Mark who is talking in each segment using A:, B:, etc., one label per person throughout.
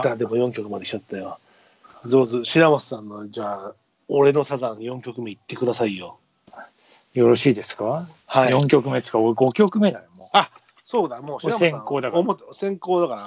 A: 来た。でも4曲まで来ちゃったよ。上手。白松さんの、じゃあ、俺のサザン4曲目言ってくださいよ。
B: よろしいですか？
A: はい。
B: 4曲目ですか？俺5曲目だよ、もう。
A: あ、そうだ、もう白松さん。
B: 先行だから。
A: 先行だから。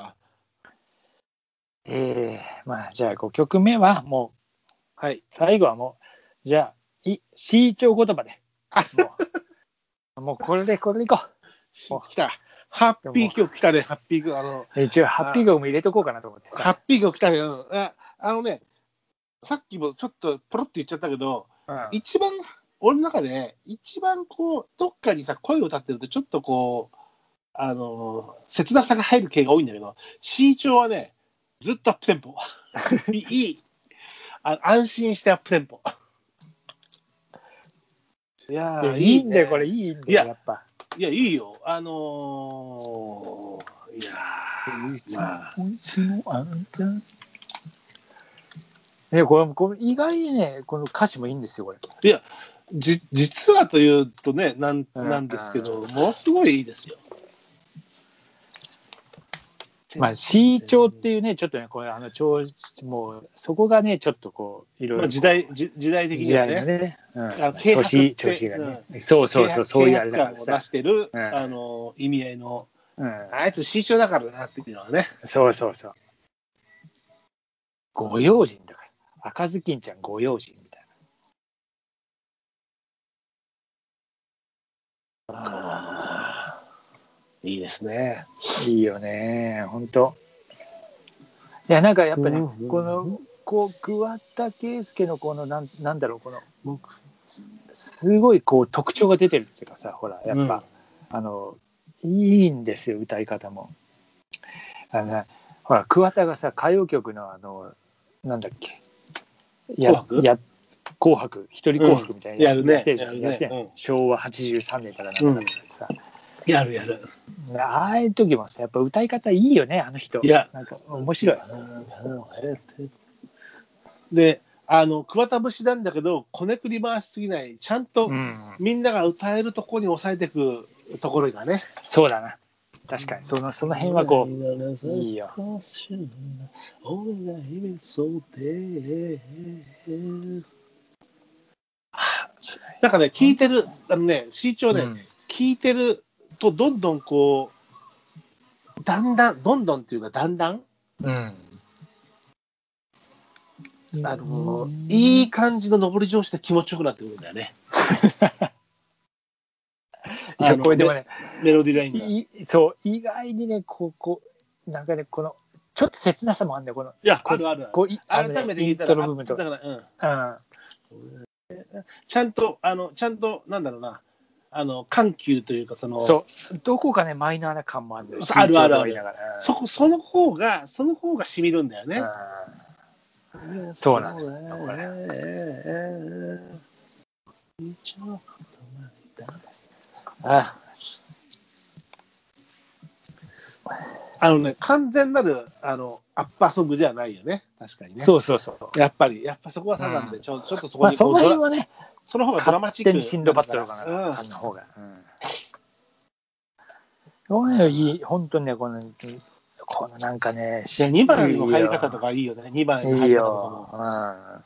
B: まあ、じゃあ5曲目はもう、
A: はい。
B: 最後はもう、じゃあ、C 調言葉で。もうこれでいこう。
A: 来た。ハッピー曲来たね、ハッピー曲。
B: 一応、ハッピー曲も入れとこうかなと思ってさ。
A: ハッピー曲来たね。ね、さっきもちょっとポロって言っちゃったけど、一番、俺の中で、一番こう、どっかにさ、声を歌ってると、ちょっとこう、切なさが入る系が多いんだけど、C 調はね、ずっとアップテンポ。いい。安心してアップテンポ。いや
B: いいんだよ、これ、いいんだよ、やっぱ。
A: いや、いいよ。いや
B: いつもあんた。これ意外にね、この歌詞もいいんですよ、これ。
A: いや、実はというとね、なんですけど、ものすごいいいですよ。
B: まあ、C 調っていうね、ちょっとね、これ、もう、そこがね、ちょっとこう、いろいろ。
A: 時代的にはね。
B: 調子がね。そう、そういうあれだから
A: さ。出してる、意味合いの、あいつ C 調だからなっていうのはね。
B: そう。ご用心だから。赤ずきんちゃんご用心みたい
A: な。いいですね。
B: いいよね、本当。いや、なんかやっぱね、この桑田佳祐のこのなんだろう、このすごいこう特徴が出てるっていうかさ、ほらやっぱ、いいんですよ、歌い方も。ほら桑田がさ、歌謡曲のなんだっけ、紅白一人紅白みたいなやってるじゃん。昭和83年からなんかさ。
A: やる。
B: ああいう時もさ、やっぱ歌い方いいよね、あの人。いや、なんか面白い。
A: で、桑田節なんだけど、こねくり回しすぎない、ちゃんとみんなが歌えるところに抑えていくところがね。
B: そうだな。確かに、その辺はこう、いいよ。
A: なんかね、聞いてる、C 調ね、聞いてると、どんどんこう、だんだんっていうか、だんだん、いい感じの上り調子で気持ちよくなってくるんだよね。
B: いや、これでもね、
A: メロディーライ
B: ンが。そう、意外にね、なんかね、この、ちょっと切なさもあるんだよ、この。
A: いや、ある。改めて聞いたら、
B: イントロ部分とか。
A: ちゃんと、なんだろうな、緩急というか、そう、
B: どこかね、マイナーな感もあるんだよ。
A: ある。その方が染みるんだよね。
B: そうなんだよ、これ。
A: 完全なるアッパーソングではないよね、確かにね。
B: そう。
A: やっぱそこはサザンで、ちょっとそこに
B: その辺はね、
A: その方がドラマチック。
B: 勝手にシンドバッドとかな、あの方が。本当にね、このなんかね、
A: 2番の入り方とかいいよね、2番の入り方とかも。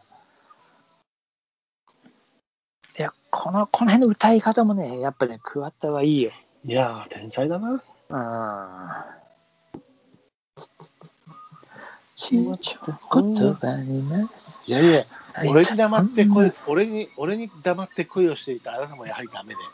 B: いや、この辺の歌い方もね、やっぱね、桑田はいいよ。
A: いやー、天才だな。言葉になす。いや、俺に黙って恋をしていたあなたもやはりダメで。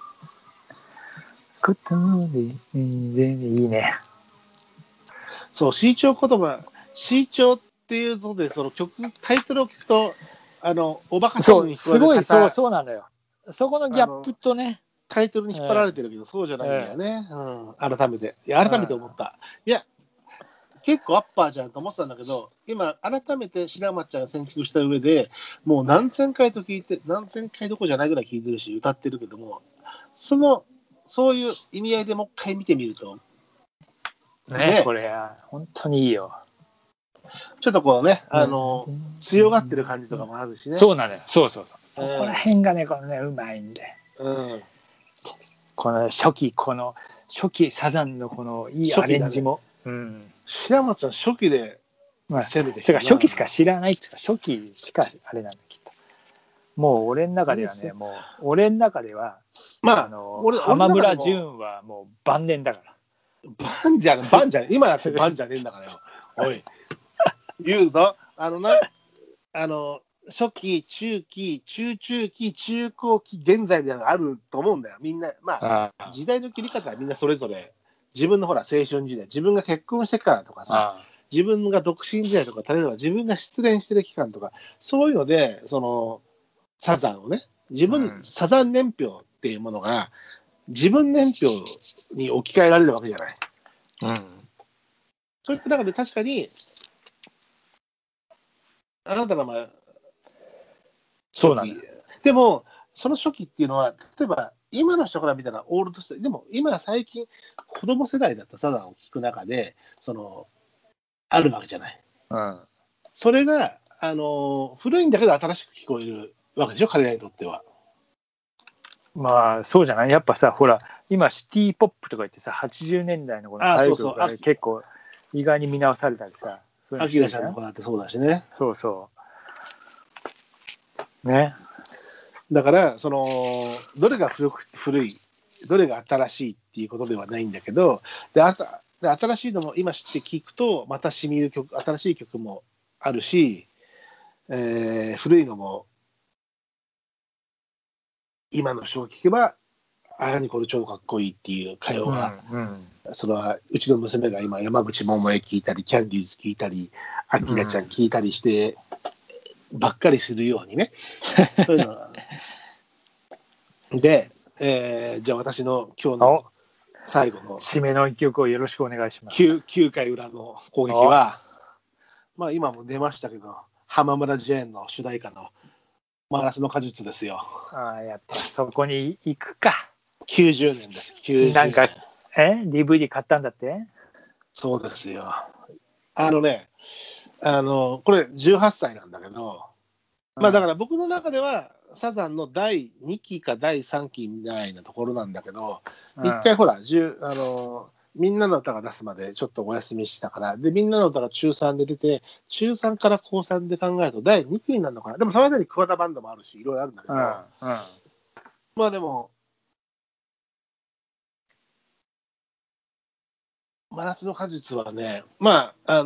B: いいね。
A: そう、C 調言葉、C 調っていうので、そのタイトルを聞くと、おバカソングに
B: 聞こえる方。そうなんだよ。そこのギャップとね。
A: タイトルに引っ張られてるけど、そうじゃないんだよね。改めて思った。いや、結構アッパーじゃんと思ってたんだけど、今、改めて白松ちゃんが選曲した上でもう何千回どころじゃないぐらい聴いてるし、歌ってるけども、そういう意味合いでもう一回見てみると。
B: これ、本当にいいよ。
A: ちょっとこうね、強がってる感じとかもあるしね。
B: そうなのよ。そう。そこら辺がね、このね、うまいんで。この初期サザンのこのいいアレンジも。
A: 白松さん初期で
B: まあ、
A: 攻めてき
B: それから初期しか知らないっていうか、初期しかあれなんだ、きっと。もう俺の中ではね、もう俺の中では、
A: まあ、
B: 浜村淳はもう晩年だから。
A: 晩じゃねえ、今だって晩じゃねえんだからよ。おい、言うぞ。初期、中期、中中期、中高期、現在みたいなのがあると思うんだよ。みんな、まあ、時代の切り方はみんなそれぞれ、自分のほら、青春時代、自分が結婚してからとかさ、自分が独身時代とか、例えば自分が失恋してる期間とか、そういうので、サザンをね、サザン年表っていうものが、自分年表に置き換えられるわけじゃない。そういった中で確かに、あなたがまあ、
B: そうなんだ。
A: でも、その初期っていうのは、例えば、今の人から見たらオールドスタイル、でも今最近、子供世代だったサザンを聴く中で、あるわけじゃない。それが、古いんだけど新しく聞こえるわけでしょ、彼らにとっては。
B: まあ、そうじゃない。やっぱさ、ほら、今、シティポップとか言ってさ、80年代のこの歌謡曲が結構、意外に見直されたりさ。
A: アキラちゃんとかだってそうだしね。
B: そうそう。ね。
A: だから、どれが古い、どれが新しいっていうことではないんだけど、で新しいのも今知って聞くと、また染みる曲、新しい曲もあるし、古いのも、今の人を聞けば、これ超かっこいいっていう歌謡が、それはうちの娘が今、山口百恵聞いたり、キャンディーズ聞いたり、アキラちゃん聞いたりして、ばっかりするようにね。そういうのはで、じゃあ私の今日の最後の
B: 締めの一曲をよろしくお願いします。
A: 9回裏の攻撃は、まあ今も出ましたけど、浜村ジェーンの主題歌のマラスの果実ですよ。
B: やっぱそこに行くか。
A: 90年です。90年。
B: なんか、DVD 買ったんだって？
A: そうですよ。これ18歳なんだけど、まあだから僕の中ではサザンの第2期か第3期みたいなところなんだけど、一回ほら、みんなの歌が出すまでちょっとお休みしたから、で、みんなの歌が中3で出て、中3から高3で考えると第2期になるのかな。でもその間に桑田バンドもあるし、いろいろあるんだけど、まあでも、真夏の果実はね、まあ、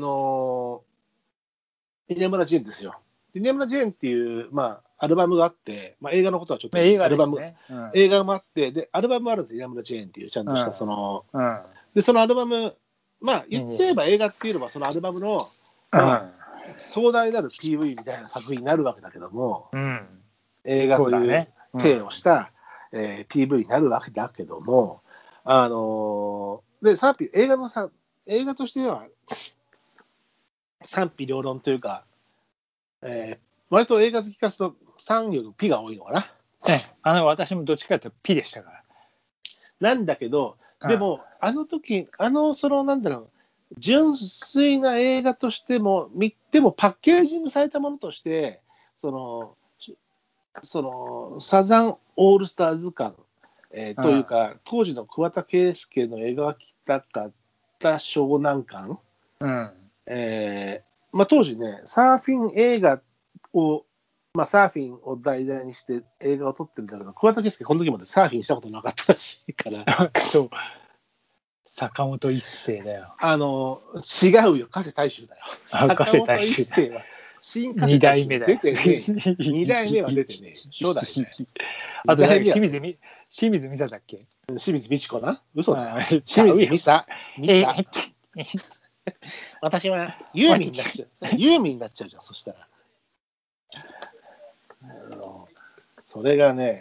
A: 稲村ジェーンですよ。稲村ジェーンっていう、まあ、アルバムがあって、まあ、映画のことはちょっと、アルバム、映画もあって、で、アルバムもあるんですよ、稲村ジェーンっていう、ちゃんとした、で、そのアルバム、まあ、言ってれば映画っていうのは、そのアルバムの、壮大なる PV みたいな作品になるわけだけども、映画という体をした、PV になるわけだけども、で、映画としては、賛否両論というか、割と映画好きからすると、賛よりピが多いのかな。
B: 私もどっちかというとピでしたから。
A: なんだけど、でも、なんだろう、純粋な映画としても、でもパッケージングされたものとして、サザンオールスターズ感、というか、当時の桑田佳祐の描きたかった湘南感、まあ、当時ね、サーフィン映画を、まあ、サーフィンを題材にして映画を撮ってるんだけど、桑田佳祐この時までサーフィンしたことなかったらしいから。
B: 坂本一生だよ。
A: 違うよ、加瀬大衆だよ。
B: 加瀬大衆
A: は新加瀬大衆出てねえ。2代目は出てねえ。初代ね。
B: あと清水美沙だっけ？
A: 清水美智子な？嘘だよ。清水美沙。私はユーミンになっちゃう。ユーミンになっちゃうじゃん、そしたら。それがね、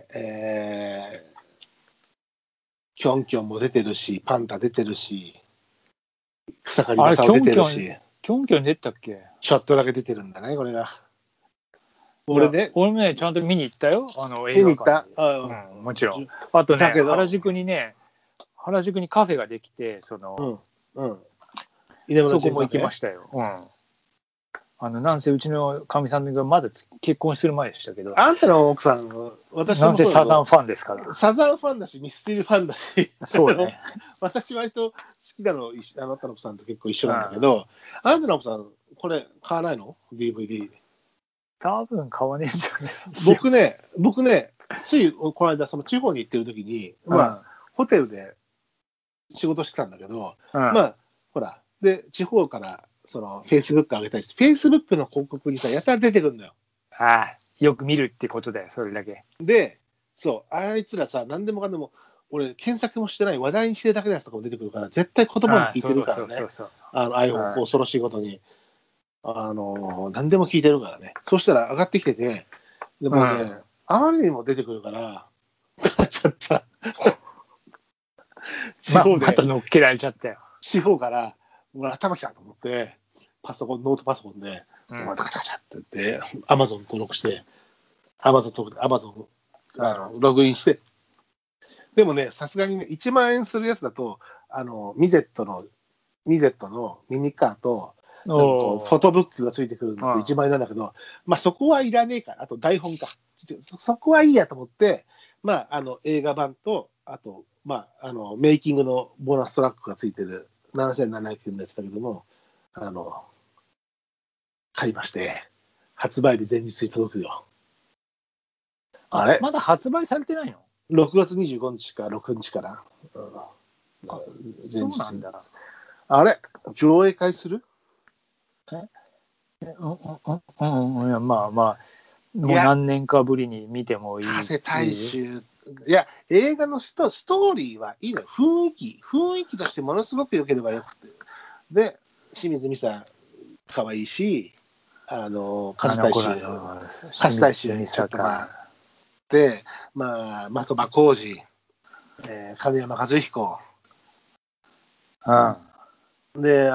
A: キョンキョンも出てるし、パンタ出てるし、草刈正雄出てるし。
B: キョンキョン出たっけ？
A: ちょっとだけ出てるんだね、これが。
B: 俺もね、ちゃんと見に行ったよ、映画館に。もちろん。あとね、原宿にカフェができて、そこも行きましたよ。なんせうちのかみさんがまだ結婚してる前でしたけど。
A: あんたの奥さん、私も
B: なんせサザンファンですから。
A: サザンファンだし、ミスチルファンだし。
B: そうね。
A: 私割と好きなの、あなたの奥さんと結構一緒なんだけど、あなたの奥さん、 これ買わないの ?DVD。
B: 多分買わねえんじゃない。
A: 僕ね、ついこの間、その地方に行ってる時に、まあ、ホテルで仕事してたんだけど、まあ、ほら、で、地方から、その、Facebook 上げたりして、Facebook の広告にさ、やたら出てくるんだよ。
B: よく見るってことだよ、それだけ。
A: で、そう、あいつらさ、何でもかんでも、俺、検索もしてない、話題にしてるだけのやつとかも出てくるから、絶対言葉も聞いてるからね。iPhone、恐ろしいことに。何でも聞いてるからね。そしたら上がってきてて、でもね、あまりにも出てくるから、買っちゃった。地方で、
B: また乗っけられちゃったよ。
A: 地方から、もう頭きたと思って、ノートパソコンで、ガチャガチャって言って、Amazon 登録して、Amazon ログインして、でもね、さすがにね、1万円するやつだと、ミゼットのミニカーと、なんかこうフォトブックがついてくるのと1万円なんだけど、まあそこはいらねえから、あと台本か。そこはいいやと思って、まあ映画版と、あと、まあメイキングのボーナストラックがついてる7700円のやつだけども、買いまして、発売日前日に届くよ。あれ
B: まだ発売されてないの
A: ?6 月25日か6日から。前日。
B: そうなんだ。
A: あれ上映会する？
B: いやまあまあ、もう何年かぶりに見てもいい。
A: 風大衆。いや、映画のストーリーはいいのよ。雰囲気としてものすごく良ければよくて。で、清水美沙、可愛いし、風大衆、ちょっとまあ、で、まあ、的場浩司、金山和彦。で、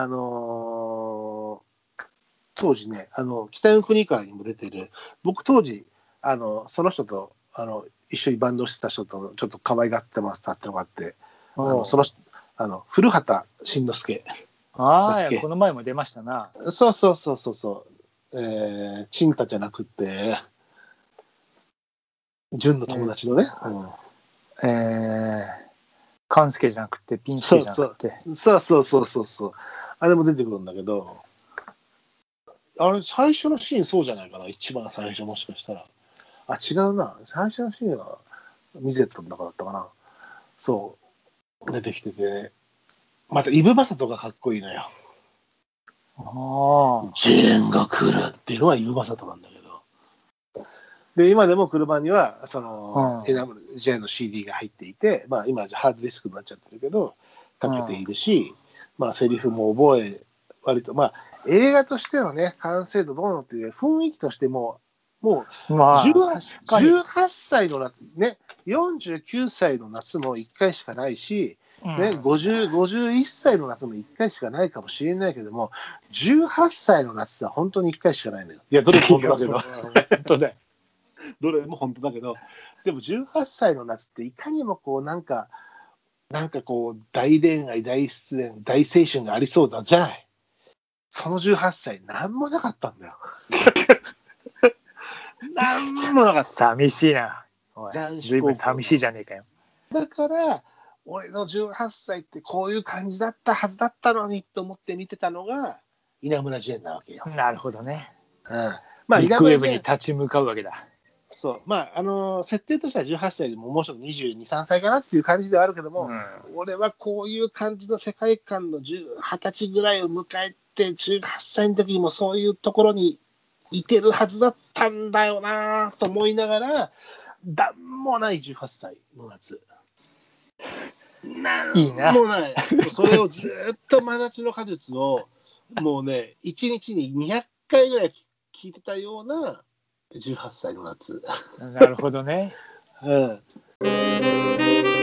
A: 当時ね、北の国からにも出てる、僕当時、その人と、一緒にバンドしてた人とちょっと可愛がってもらったってのがあって、古畑慎之介。
B: この前も出ましたな。
A: そう。チンタじゃなくて、純の友達のね。
B: カンスケじゃなくて、ピンスケじゃなくて。
A: そう。あれも出てくるんだけど、あれ、最初のシーンそうじゃないかな、一番最初もしかしたら。違うな。最初のシーンはミゼットの中だったかな。そう。出てきてて、またイブ・マサトがかっこいいのよ。ジェーンが来るっていうのはイブ・マサトなんだけど。で、今でも車には、ジェーンの CD が入っていて、まあ今ハードディスクになっちゃってるけど、かけているし、まあセリフも覚え、割と、まあ映画としてのね、完成度どうのっていう雰囲気としてもう18歳の夏、ね、49歳の夏も1回しかないし、51歳の夏も1回しかないかもしれないけども、18歳の夏は本当に1回しかないのよ。いや、どれも本当だけど。
B: 本当だ。
A: どれも本当だけど、でも18歳の夏っていかにもこう、なんかこう、大恋愛、大失恋、大青春がありそうだじゃない。その18歳、なんもなかったんだよ。なんもなかった。
B: 寂しいな。ずいぶん寂しいじゃねえかよ。
A: だから、俺の18歳ってこういう感じだったはずだったのにと思って見てたのが、稲村ジェーンなわけよ。
B: なるほどね。
A: まあ、
B: ビッグウェブに立ち向かうわけだ。
A: そう。まあ、設定としては18歳でももうちょっと22、3歳かなっていう感じではあるけども、俺はこういう感じの世界観の20歳ぐらいを迎えて、18歳の時にもそういうところにいてるはずだったんだよなと思いながら、なんもない18歳の夏。なんもない。それをずっと真夏の果実を、もうね、1日に200回ぐらい聞いてたような18歳の夏。
B: なるほどね。
A: うん。